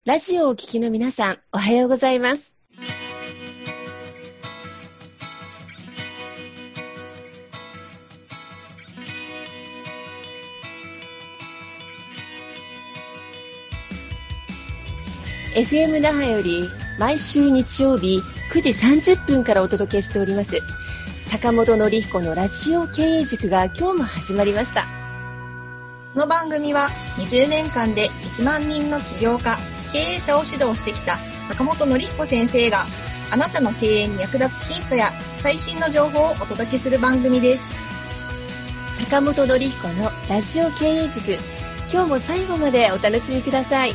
ラジオをお聞きの皆さん、おはようございます。FM 那覇より毎週日曜日9時30分からお届けしております坂本典彦のラジオ経営塾が今日も始まりました。 この番組は20年間で1万人の起業家、経営者を指導してきた坂本典彦先生があなたの経営に役立つヒントや最新の情報をお届けする番組です。 坂本典彦のラジオ経営塾、今日も最後までお楽しみください。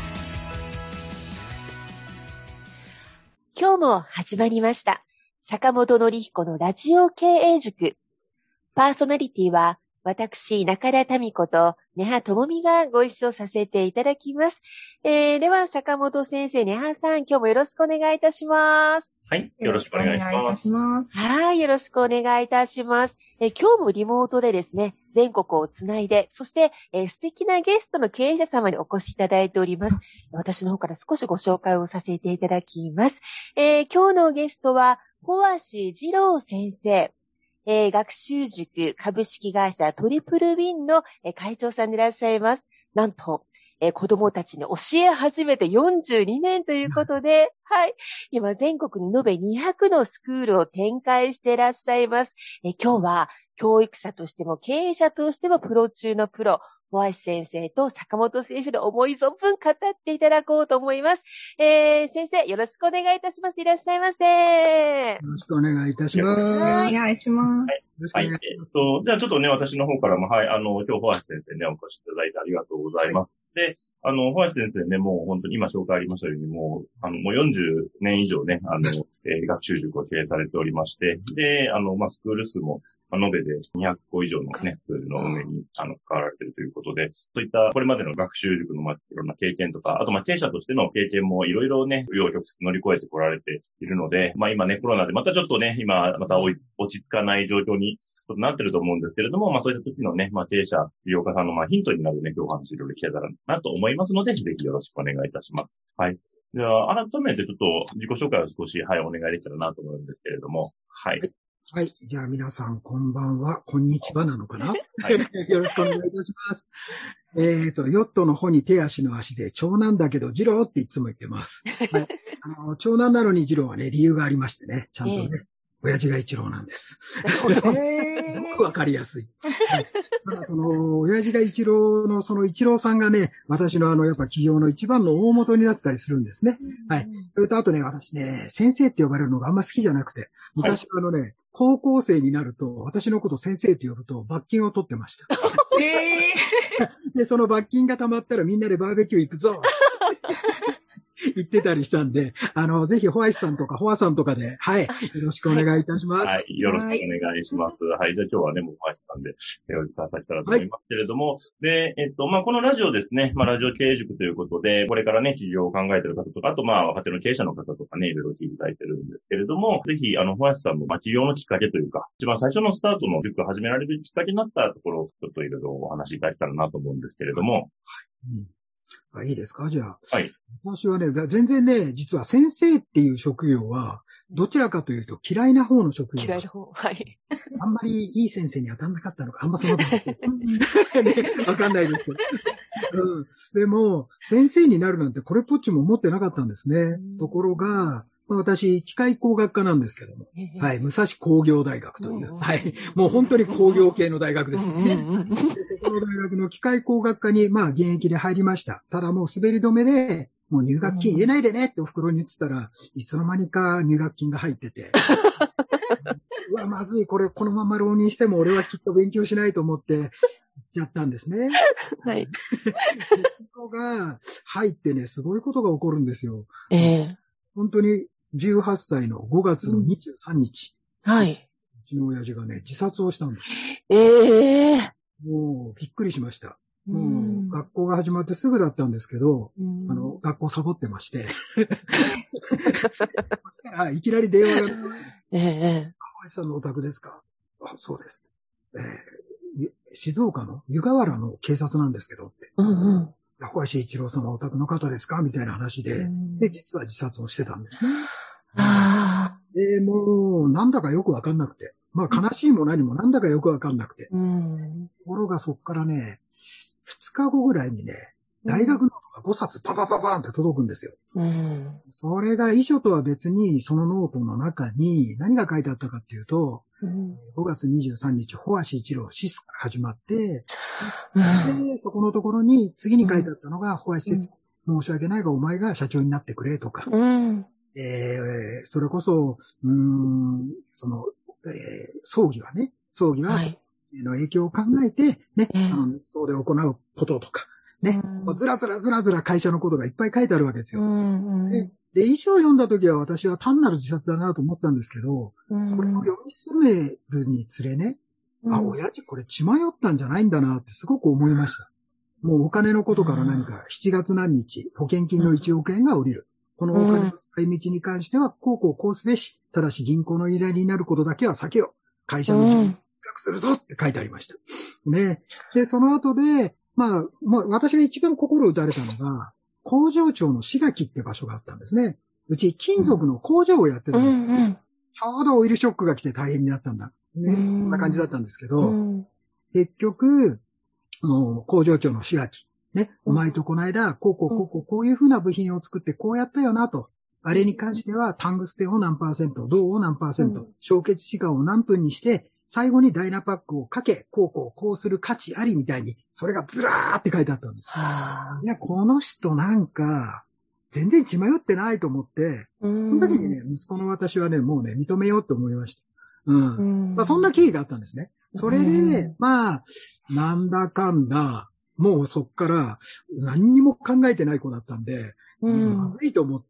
今日も始まりました坂本典彦のラジオ経営塾。パーソナリティは私中田民子と根葉智美がご一緒させていただきます。では坂本先生、根葉さん、今日もよろしくお願いいたします。 はい、よろしくお願いします。 はい、よろしくお願いいたします。今日もリモートでですね、全国をつないで、そして、素敵なゲストの経営者様にお越しいただいております。私の方から少しご紹介をさせていただきます。今日のゲストは、小橋二郎先生。学習塾株式会社トリプルウィンの会長さんでいらっしゃいます。なんと、子供たちに教え始めて42年ということで、はい。今全国に延べ200のスクールを展開していらっしゃいます。今日は教育者としても経営者としてもプロ中のプロ、小橋先生と坂本先生の思い存分語っていただこうと思います。先生、よろしくお願いいたします。いらっしゃいませ。 よろしくお願いいたします。 お願いします。 はい。じゃあちょっとね、私の方からも、はい、今日、小橋先生ね、お越しいただいてありがとうございます。はい、で、小橋先生ね、もう本当に今紹介ありましたように、もう40年以上ね、学習塾を経営されておりまして、で、スクール数も、延べで200個以上のね、スクールの運営に、関わられているということで、そういったこれまでの学習塾の、いろんな経験とか、あと、経営者としての経験もいろいろね、紆余曲折乗り越えてこられているので、今ね、コロナでまたちょっとね、今、また落ち着かない状況になってると思うんですけれども、そういった時のね、経営者、事業家さんのヒントになるね、今日お話いろいろ聞けたらなと思いますので、ぜひよろしくお願いいたします。はい。では、改めてちょっと自己紹介を少し、はい、お願いできたらなと思うんですけれども、はい。 はい。じゃあ皆さん、こんばんは、こんにちはなのかな、はい、よろしくお願いいたします。ヨットの方に手足の足で、長男だけど、次郎っていつも言ってます。はい。長男なのに次郎はね、理由がありましてね、ちゃんとね、親父が一郎なんです。すごくわかりやすい。はい。ただ親父が一郎のその一郎さんがね、私のやっぱ企業の一番の大元になったりするんですね。はい。それとあとね、私ね、先生って呼ばれるのがあんま好きじゃなくて、昔高校生になると、私のこと先生って呼ぶと罰金を取ってました。で、その罰金が溜まったらみんなでバーベキュー行くぞ言ってたりしたんで、ぜひホワイトさんとかホアさんとかで、はい、よろしくお願いいたします。 はい、よろしくお願いします。はい、じゃあ今日はね、もうホワイトさんで、おじさんさせたらと思いますけれども、はい、で、このラジオですね、ラジオ経営塾ということで、これからね、企業を考えている方とか、あと若手の経営者の方とかね、いろいろ聞いていただいてるんですけれども、ぜひ、ホワイトさんの起業のきっかけというか、一番最初のスタートの塾を始められるきっかけになったところを、ちょっといろいろお話しいただけたらなと思うんですけれども、 いいですか？じゃあ。 はい。 私はね、全然ね、実は先生っていう職業は、どちらかというと嫌いな方の職業。 嫌いな方。はい。 あんまりいい先生に当たんなかったのか、あんまそのことね、わかんないですけど。でも、先生になるなんてこれっぽっちも思ってなかったんですね。ところが、私、機械工学科なんですけども、はい、武蔵工業大学という、はい、もう本当に工業系の大学ですね。でそこの大学の機械工学科に、現役で入りました。ただもう滑り止めで、もう入学金入れないでねってお袋に言ってたら、いつの間にか入学金が入ってて、うわ、まずい、このまま浪人しても俺はきっと勉強しないと思って、やったんですね。 はい。 そこが入ってね、すごいことが起こるんですよ。本当に18歳の5月の23日。 はい。 うちの親父がね、自殺をしたんです。もうびっくりしました。もう学校が始まってすぐだったんですけど、学校サボってまして。いきなり電話が来たんです。河合さんのお宅ですか？あ、そうです。静岡の湯河原の警察なんですけどって。 小林一郎さんはお宅の方ですかみたいな話で、で、実は自殺をしてたんですね。で、もう、なんだかよくわかんなくて。まあ、悲しいも何もなんだかよくわかんなくて。ところがそっからね、2日後ぐらいにね、大学ノートが5冊パパパパーンって届くんですよ。それが遺書とは別に、そのノートの中に何が書いてあったかっていうと、5月23日、保橋一郎死から始まって、で、そこのところに次に書いてあったのが、保橋節申し訳ないがお前が社長になってくれとか、それこそ、葬儀は、の影響を考えて、ね、密葬で行うこととか、ね、ずらずら会社のことがいっぱい書いてあるわけですよ。で、遺書を読んだときは私は単なる自殺だなと思ってたんですけど、それを読み進めるにつれね、親父これ血迷ったんじゃないんだなってすごく思いました。もうお金のことから何から7月何日、保険金の1億円が降りる。このお金の使い道に関しては、こうすべし。ただし銀行の依頼になることだけは避けよう。会社の事務に比較するぞって書いてありました。ね。で、その後で、私が一番心打たれたのが、工場長の志垣って場所があったんですね。うち金属の工場をやってたんです。ちょうどオイルショックが来て大変になったんだ。ね。こんな感じだったんですけど、結局、工場長の志垣。ね、お前とこの間、こういうふうな部品を作ってこうやったよなと。あれに関しては、タングステンを何%、銅を何%、焼結時間を何分にして、最後にダイナパックをかけ、こうする価値ありみたいに、それがずらーって書いてあったんです。いや、この人なんか、全然血迷ってないと思って、その時にね、息子の私はね、もうね、認めようと思いました。そんな経緯があったんですね。それで、なんだかんだ、もうそっから何にも考えてない子だったんで、まずいと思って、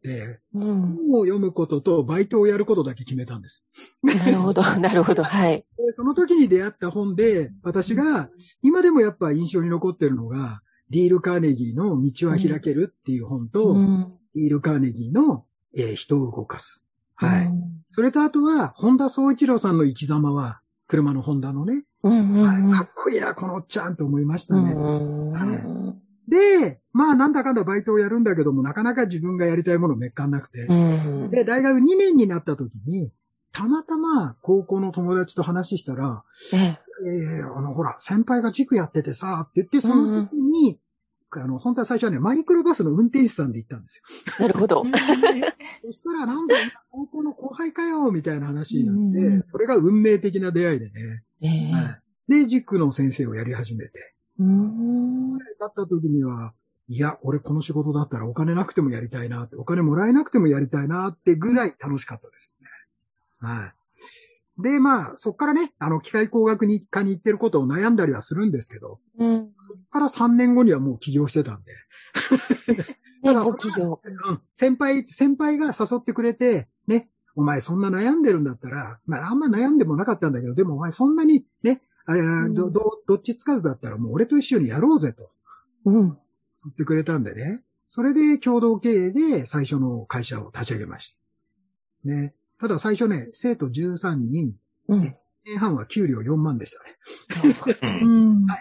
本を読むこととバイトをやることだけ決めたんです。 なるほど、はい。 でその時に出会った本で、私が今でもやっぱ印象に残ってるのが、ディール・カーネギーの道は開けるっていう本と、ディール・カーネギーの、人を動かす。はい。それとあとは、本田宗一郎さんの生き様は、車のホンダのね、かっこいいな、このおっちゃんと思いましたね。で、なんだかんだバイトをやるんだけども、なかなか自分がやりたいものめっかんなくて。で、大学2年になった時に、たまたま高校の友達と話したら、ほら、先輩が塾やっててさ、って言って、その時に、本当は最初はね、マイクロバスの運転手さんで行ったんですよ。 なるほど。 そしたら、なんだ、高校の後輩かよ、みたいな話になって、それが運命的な出会いでね。で、塾の先生をやり始めて。だった時には、いや、俺この仕事だったらお金なくてもやりたいなって、お金もらえなくてもやりたいなってぐらい楽しかったですね。はい。で、そっからね、機械工学科に行ってることを悩んだりはするんですけど、そっから3年後にはもう起業してたんで。ただ先輩が誘ってくれて、ね、お前そんな悩んでるんだったら、あんま悩んでもなかったんだけど、でもお前そんなにね、どっちつかずだったらもう俺と一緒にやろうぜと。言ってくれたんでね。それで共同経営で最初の会社を立ち上げました。ね。ただ最初ね、生徒13人、1年半は給料4万でしたね。はい。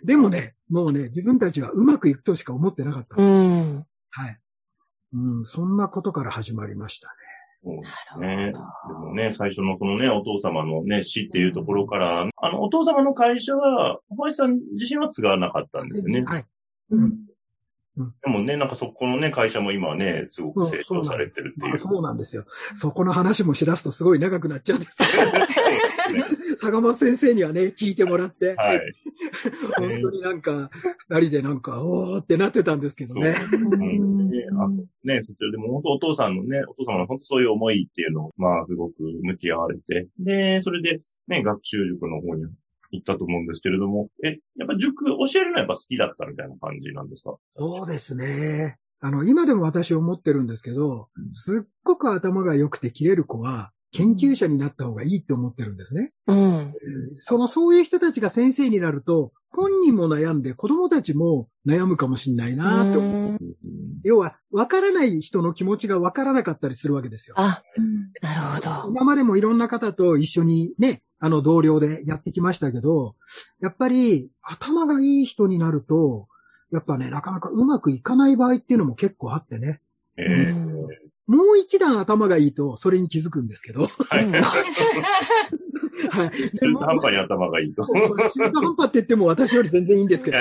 でもね、もうね、自分たちはうまくいくとしか思ってなかったんです。はい。そんなことから始まりましたね。 そうですね。でもね、最初のこのね、お父様のね、死っていうところから、お父様の会社は、小林さん自身は継がなかったんですよね。はい。でもね、なんかそこのね、会社も今はね、すごく成長されてるっていう。 そうなんですよ。そこの話もしだすとすごい長くなっちゃうんですけど。坂本先生にはね、聞いてもらって。はい。本当になんか、二人でなんか、おーってなってたんですけどね。 ね、そちらでも本当お父様の本当そういう思いっていうのを、すごく向き合われて、で、それでね、学習塾の方に行ったと思うんですけれども、やっぱ塾教えるのはやっぱ好きだったみたいな感じなんですか？ そうですね。今でも私思ってるんですけど、すっごく頭が良くて切れる子は、研究者になった方がいいって思ってるんですね。そういう人たちが先生になると、本人も悩んで子供たちも悩むかもしれないなって思う。要は、わからない人の気持ちがわからなかったりするわけですよ。 なるほど。 今までもいろんな方と一緒にね、同僚でやってきましたけど、やっぱり頭がいい人になると、 やっぱね、なかなかうまくいかない場合っていうのも結構あってね。もう一段頭がいいと、それに気づくんですけど。はい。 中途半端に頭がいいと。 中途半端って言っても私より全然いいんですけど。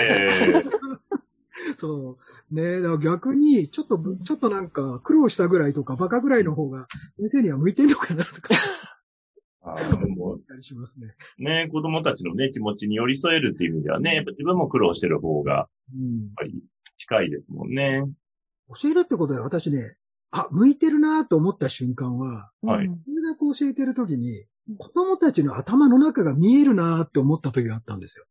そう。ね、だから逆に、ちょっとなんか、苦労したぐらいとか、バカぐらいの方が、先生には向いてんのかなとか。 でもね、子供たちのね、気持ちに寄り添えるっていう意味ではね、やっぱ自分も苦労してる方が、やっぱり近いですもんね。 教えるってことは私ね、向いてるなと思った瞬間は、 はい。 数学教えてるときに、子供たちの頭の中が見えるなって思った時があったんですよ。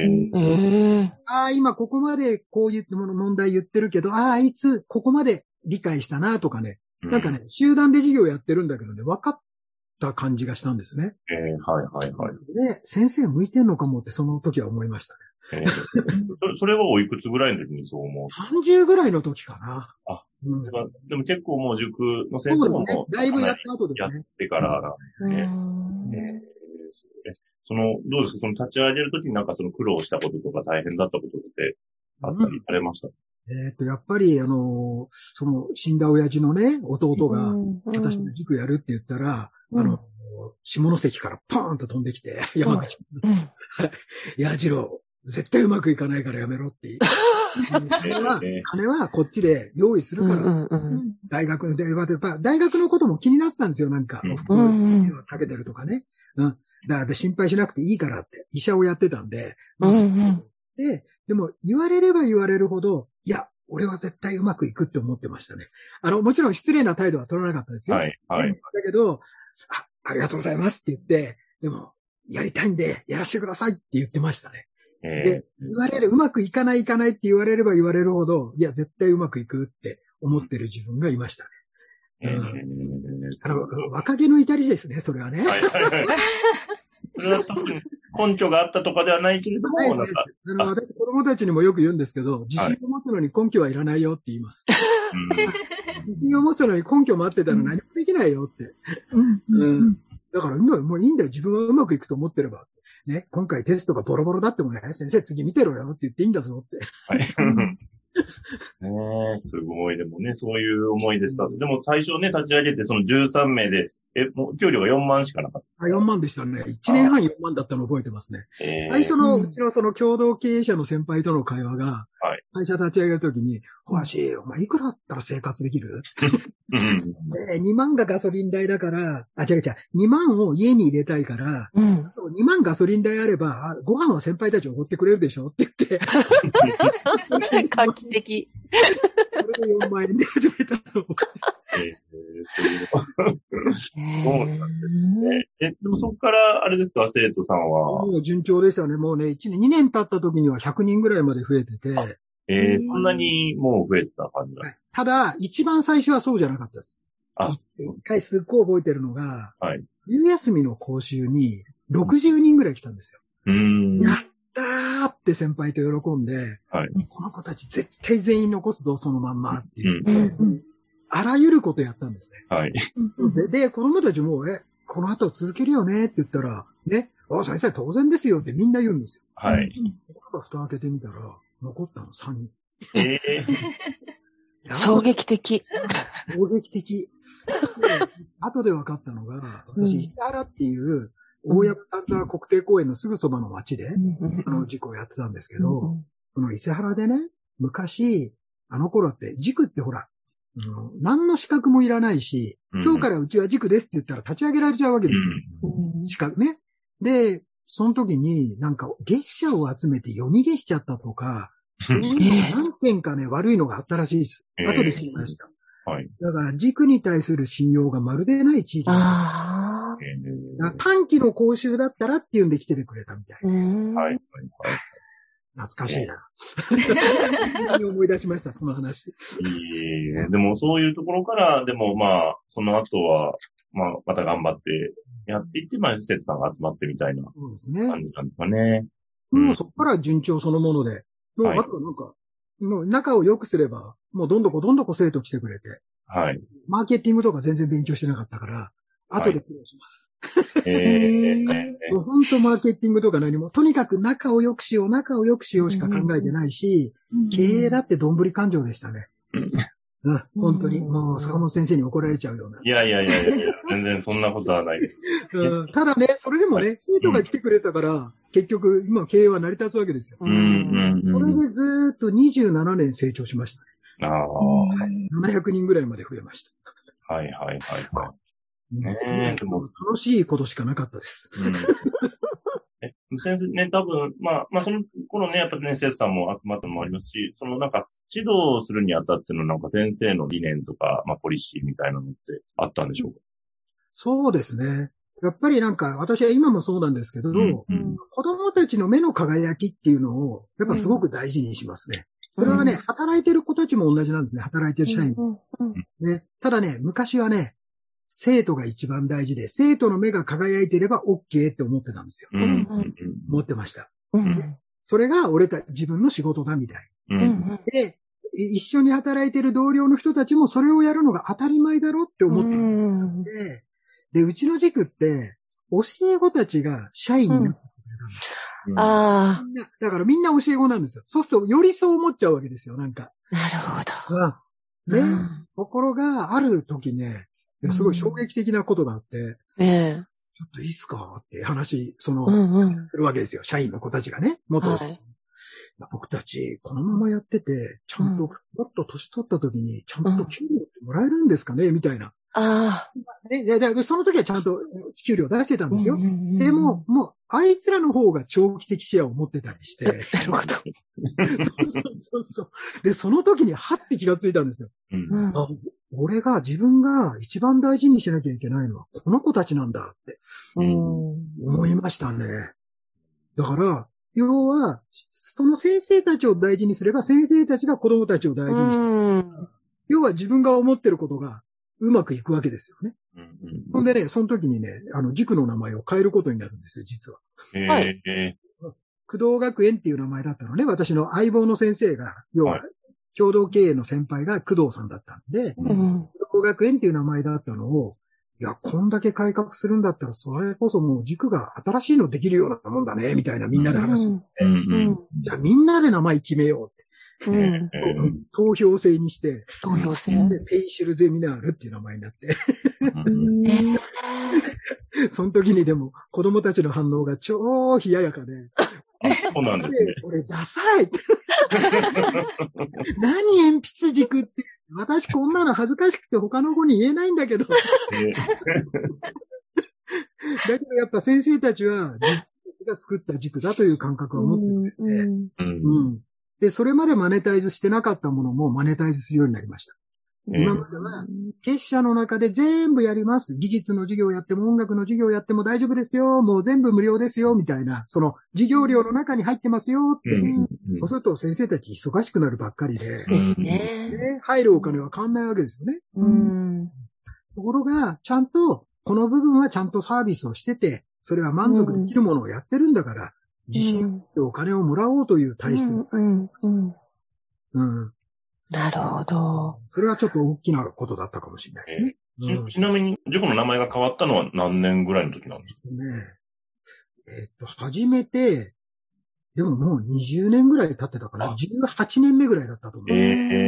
今ここまでこういう問題言ってるけど、あいつここまで理解したなとかね、なんかね、集団で授業やってるんだけどね、分かった感じがしたんですね。で、先生向いてんのかもってその時は思いましたね。 それはおいくつぐらいの時にそう思う？ 30 ぐらいの時かな。 でも結構もう塾の先生も、 ね、だいぶやった後ですね。 やってからなんですね。どうですか、その立ち上げる時になんかその苦労したこととか大変だったことってあったりされました？ やっぱりその死んだ親父のね、弟が私の塾やるって言ったら、下関からポーンと飛んできて、山口。矢次郎、絶対うまくいかないからやめろって言って。金はこっちで用意するから、大学のことも気になってたんですよ、なんか。お袋にかけてるとかね。だから心配しなくていいからって、医者をやってたんで。でも言われれば言われるほど、いや、俺は絶対うまくいくって思ってましたね。もちろん失礼な態度は取らなかったですよ。だけど、ありがとうございますって言って、でも、やりたいんで、やらせてくださいって言ってましたね。で、うまくいかないって言われれば言われるほど、いや、絶対うまくいくって思ってる自分がいましたね。若気の至りですね、それはね。 それは特に根拠があったとかではないけれども、 私、子供たちにもよく言うんですけど、自信を持つのに根拠はいらないよって言います。自信を持つのに根拠待ってたら何もできないよって。だから今もういいんだよ、自分はうまくいくと思ってれば。ね、今回テストがボロボロだってもね、先生次見てろよって言っていいんだぞって。 すごい。でもね、そういう思いでした。でも最初ね、立ち上げてその13名で、もう給料が4万しかなかった。 4万でしたね。1年半4万だったの覚えてますね。最初のうちのその共同経営者の先輩との会話が、会社立ち上げるときに、お前いくらあったら生活できる2万がガソリン代だから、2万を家に入れたいから、2万ガソリン代あれば、ご飯は先輩たちおごってくれるでしょって言って。 画期的。 これで4万円で始めたの。 そうなんですね。でもそこから、あれですか、生徒さんは。 もう順調でしたね。もうね、2年経った時には100人ぐらいまで増えてて。 そんなにもう増えてた感じなんですか？ ただ、一番最初はそうじゃなかったです。一回すっごい覚えてるのが、冬休みの講習に60人ぐらい来たんですよ。やったーって先輩と喜んで、この子たち絶対全員残すぞ、そのまんまっていう。あらゆることやったんですね。で、子供たちも、この後続けるよねって言ったら、ね、先生当然ですよってみんな言うんですよ。蓋開けてみたら、残ったの3人。 衝撃的。 衝撃的。後で分かったのが、私、石原っていう、大山丹沢国定公園のすぐそばの町で、塾をやってたんですけど、この伊勢原でね、昔、あの頃って、塾ってほら、何の資格もいらないし、今日からうちは塾ですって言ったら立ち上げられちゃうわけですよ。資格ね。で、その時になんか月謝を集めて夜逃げしちゃったとか、そういうのが何件かね、悪いのがあったらしいです。後で知りました。だから塾に対する信用がまるでない地域だった。短期の講習だったらっていうんで来ててくれたみたい。懐かしいな。思い出しました、その話。 でもそういうところから、でもその後は、また頑張ってやっていって、生徒さんが集まってみたいな感じなんですかね。 もうそこから順調そのもので、もうあとなんか、もう仲を良くすれば、もうどんどこ生徒来てくれて、マーケティングとか全然勉強してなかったから、 後で苦労します。 もう本当マーケティングとか何も、とにかく仲を良くしようしか考えてないし、経営だってどんぶり感情でしたね。本当に、もう坂本先生に怒られちゃうような。 いや、全然そんなことはないです。 ただね、それでもね、生徒が来てくれたから、結局、今経営は成り立つわけですよ。これでずーっと27年成長しましたね。700人ぐらいまで増えました。 はい。 でも楽しいことしかなかったです。 先生ね、多分、まあ、その頃ね、やっぱりね、生徒さんも集まったのもありますし、そのなんか、指導するにあたってのなんか先生の理念とか、まあ、ポリシーみたいなのってあったんでしょうか？ そうですね。やっぱりなんか、私は今もそうなんですけど、子供たちの目の輝きっていうのを、やっぱすごく大事にしますね。それはね、働いてる子たちも同じなんですね。働いてる社員も。ただね、昔はね、生徒が一番大事で、生徒の目が輝いていれば OK って思ってたんですよ。思ってました。それが自分の仕事だみたいな。で、一緒に働いている同僚の人たちもそれをやるのが当たり前だろって思ってる。で、うちの塾って、教え子たちが社員になってくれたんですよ。だからみんな教え子なんですよ。そうするとよりそう思っちゃうわけですよ、なんか。 なるほど。 ところが、ある時ね、すごい衝撃的なことがあって、ちょっといいっすかって話、するわけですよ。社員の子たちがね、僕たち、このままやってて、ちゃんと、もっと年取った時に、ちゃんと給料ってもらえるんですかねみたいな。その時はちゃんと給料出してたんですよ。でも、もう、あいつらの方が長期的視野を持ってたりして。なるほど。 そう。で、その時に、はって気がついたんですよ。自分が一番大事にしなきゃいけないのは、この子たちなんだって、思いましたね。だから、要は、その先生たちを大事にすれば、先生たちが子供たちを大事にしてる。要は自分が思ってることがうまくいくわけですよね。ほんでね、その時にね、塾の名前を変えることになるんですよ、実は。工藤学園っていう名前だったのね、私の相棒の先生が、要は、共同経営の先輩が工藤さんだったんで、工藤学園っていう名前だったのを、いや、こんだけ改革するんだったら、それこそもう塾が新しいのできるようなもんだね、みたいなみんなで話して、じゃあみんなで名前決めようって。投票制にして、でペイシルゼミナールっていう名前になって。その時にでも子供たちの反応が超冷ややかで。 そうなんですね。 それダサいって。何鉛筆軸って。私こんなの恥ずかしくて他の子に言えないんだけど。だけどやっぱ先生たちは自分たちが作った軸だという感覚を持ってくれて、で、それまでマネタイズしてなかったものもマネタイズするようになりました。今までは、結社の中で全部やります。技術の授業やっても音楽の授業やっても大丈夫ですよ。もう全部無料ですよ。みたいな、その授業料の中に入ってますよって。そうすると先生たち忙しくなるばっかりで。 ですね。 入るお金は変わんないわけですよね。ところが、ちゃんと、この部分はちゃんとサービスをしてて、それは満足できるものをやってるんだから、自信してお金をもらおうという体質。 なるほど。 それはちょっと大きなことだったかもしれないですね。 ちなみに、塾の名前が変わったのは何年ぐらいの時なんですか？ 初めて、でももう20年ぐらい経ってたかな。18年目ぐらいだったと思う。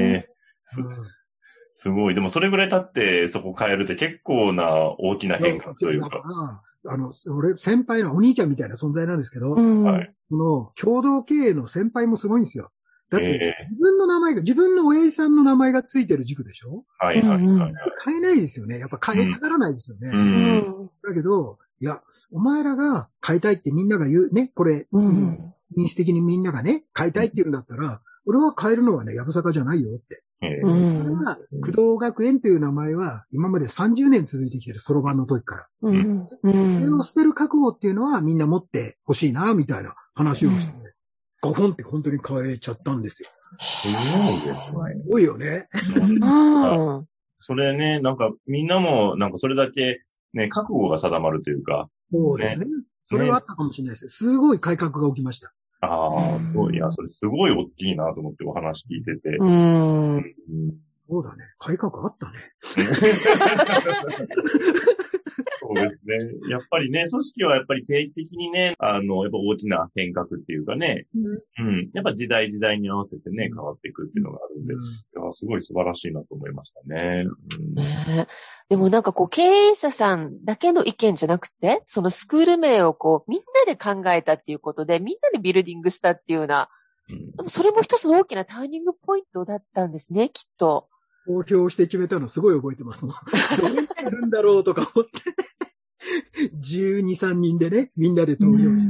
すごい。でもそれぐらい経ってそこ変えるって結構な大きな変化というか。 俺、先輩のお兄ちゃんみたいな存在なんですけど、この共同経営の先輩もすごいんですよ。だって、自分の名前が、自分の親父さんの名前がついてる塾でしょ？変えないですよね。やっぱ変えたがらないですよね。だけど、いや、お前らが変えたいってみんなが言うね、これ、民主的にみんながね、変えたいって言うんだったら、俺は変えるのはね、やぶさかじゃないよって。工藤学園という名前は今まで30年続いてきてる、そろばんの時から。それを捨てる覚悟っていうのはみんな持ってほしいな、みたいな話をして、ガフンって本当に変えちゃったんですよ。 すごいですね。 すごいよね。 それね、なんかみんなもなんかそれだけね、覚悟が定まるというか。 そうですね。それはあったかもしれないです。すごい改革が起きました。 いや、それすごい大きいなと思ってお話聞いてて。 そうだね。改革あったね。 そうですね。やっぱりね、組織はやっぱり定期的にね、やっぱ大きな変革っていうかね、やっぱ時代に合わせてね、変わっていくっていうのがあるんで、いや、すごい素晴らしいなと思いましたね。 ねえ。でもなんか経営者さんだけの意見じゃなくて、そのスクール名をみんなで考えたっていうことで、みんなでビルディングしたっていうような、でもそれも一つの大きなターニングポイントだったんですね、きっと。 投票して決めたのすごい覚えてますもん。どうやってるんだろうとか思って。12、3人でね、みんなで投票して。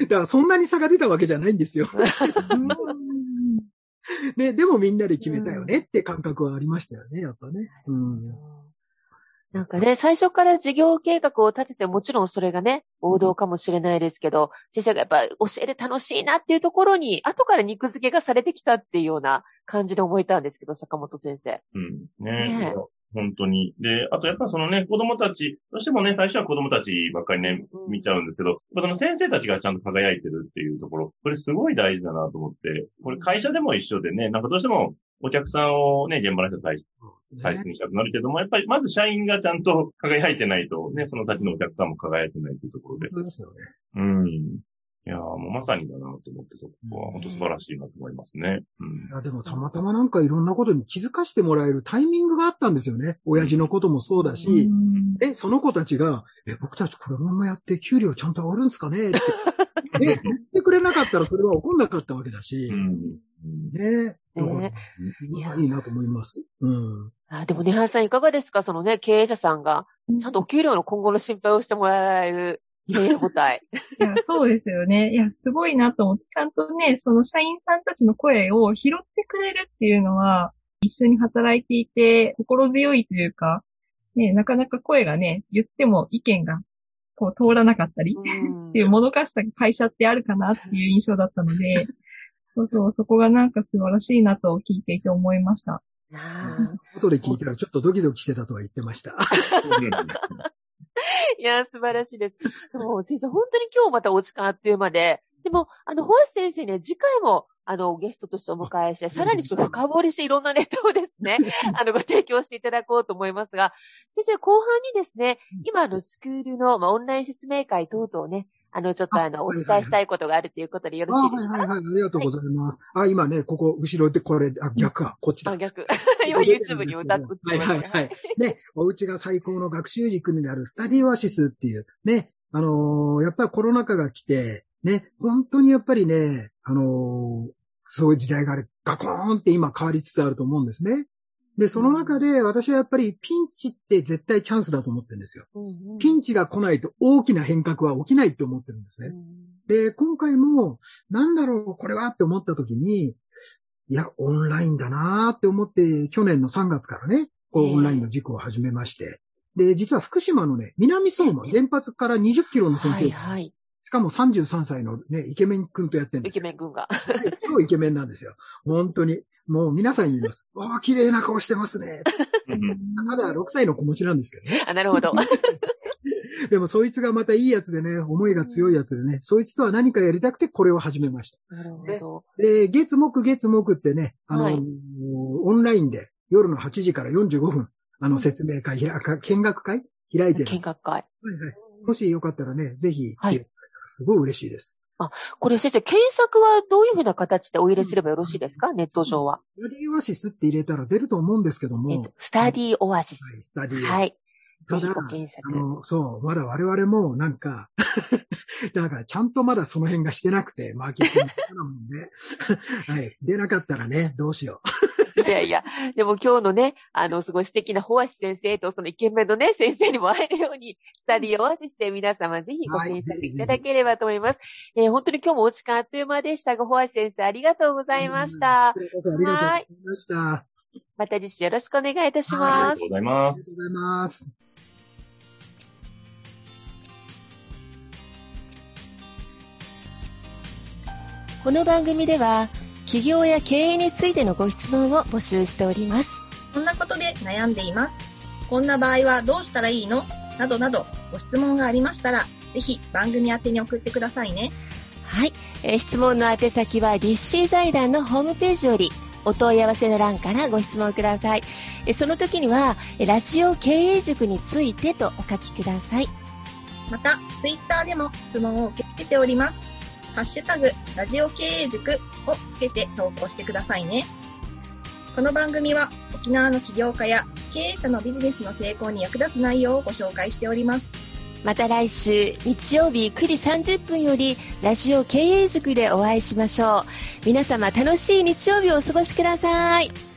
だからそんなに差が出たわけじゃないんですよ。ね、でもみんなで決めたよねって感覚はありましたよね、やっぱね。 なんかね、最初から事業計画を立てて、もちろんそれがね、王道かもしれないですけど、先生がやっぱ教えて楽しいなっていうところに、後から肉付けがされてきたっていうような感じで思えたんですけど、坂本先生。 ね。本当に。で、あとやっぱそのね、子供たち、どうしてもね、最初は子供たちばっかりね、見ちゃうんですけど、その先生たちがちゃんと輝いてるっていうところ、これすごい大事だなと思って、これ会社でも一緒でね、なんかどうしてもお客さんをね、現場の人大切にしたくなるけども、やっぱりまず社員がちゃんと輝いてないと、ね、その先のお客さんも輝いてないというところで。 そうですよね。 いやもうまさにだなと思って、そこは本当素晴らしいなと思いますね。 いやでもたまたまなんかいろんなことに気づかしてもらえるタイミングがあったんですよね。親父のこともそうだし、その子たちが、僕たちこれままやって給料ちゃんと上がるんですかねって。言ってくれなかったらそれは起こんなかったわけだし、いいなと思います。 でもね、はさんいかがですか？そのね、経営者さんが、ちゃんとお給料の今後の心配をしてもらえる。経営母体。 いや、そうですよね。いや、すごいなと思って、ちゃんとね、その社員さんたちの声を拾ってくれるっていうのは、一緒に働いていて心強いというか、ね、なかなか声がね、言っても意見が通らなかったりっていうもどかしさが会社ってあるかなっていう印象だったので、そこがなんか素晴らしいなと聞いていて思いました。 後で聞いたらちょっとドキドキしてたとは言ってました。 いや、素晴らしいです。でも、先生、本当に今日またお時間あっという間で、でも、ホアス先生には次回も、ゲストとしてお迎えして、さらに深掘りしていろんなネタをですね、ご提供していただこうと思いますが、先生、後半にですね、今、スクールの、オンライン説明会等々ね、ちょっとお伝えしたいことがあるということでよろしいですか？ はい、ありがとうございます。今ね、ここ、後ろでこれ、逆か、こっちだ。 逆。今 YouTube に歌ってます。 ね、お家が最高の学習軸になるスタディオアシスっていう、ね、やっぱりコロナ禍が来て、ね、本当にやっぱりね、そういう時代がガコーンって今変わりつつあると思うんですね。で、その中で私はやっぱりピンチって絶対チャンスだと思ってるんですよ。ピンチが来ないと大きな変革は起きないって思ってるんですね。で、今回もなんだろうこれはって思った時に、いや、オンラインだなーって思って去年の3月からね、オンラインの塾を始めまして。で、実は福島のね、南相馬、原発から20キロの先生。しかも33歳のね、イケメン君とやってるんですよ。 イケメン君が。 超イケメンなんですよ。本当に。もう皆さん言います。綺麗な顔してますね。まだ6歳の子持ちなんですけどね。 なるほど。 でもそいつがまたいいやつでね、思いが強いやつでね、そいつとは何かやりたくてこれを始めました。 なるほど。 で、月木ってね、オンラインで夜の8時から45分、説明会、見学会開いてる。 見学会。 もしよかったらね、ぜひ来ていただいたらすごい嬉しいです。 これ先生、検索はどういうふうな形でお入れすればよろしいですか？ネット上は。 スタディオアシスって入れたら出ると思うんですけども。 スタディオアシス。 スタディオアシス。 はい。 ただ、まだ我々もなんかちゃんとまだその辺がしてなくて、マーケティングなもんで、出なかったらね、どうしよう。 いや、でも今日のね、すごい素敵なホアシ先生とそのイケメンのね、先生にも会えるように、スタディオアシスで皆様ぜひご検索いただければと思います。本当に今日もお時間あっという間でしたが、ホアシ先生ありがとうございました。 こちらこそありがとうございました。 また次週よろしくお願いいたします。 ありがとうございます。 ありがとうございます。 この番組では、起業や経営についてのご質問を募集しております。 こんなことで悩んでいます。こんな場合はどうしたらいいの？などなどご質問がありましたら、ぜひ番組宛てに送ってくださいね。 はい。質問の宛先は立志財団のホームページより、 お問い合わせの欄からご質問ください。その時には、ラジオ経営塾についてとお書きください。 また、ツイッターでも質問を受け付けております。ハッシュタグ、ラジオ経営塾をつけて投稿してくださいね。この番組は、沖縄の起業家や経営者のビジネスの成功に役立つ内容をご紹介しております。 また来週日曜日9時30分よりラジオ経営塾でお会いしましょう。皆様楽しい日曜日をお過ごしください。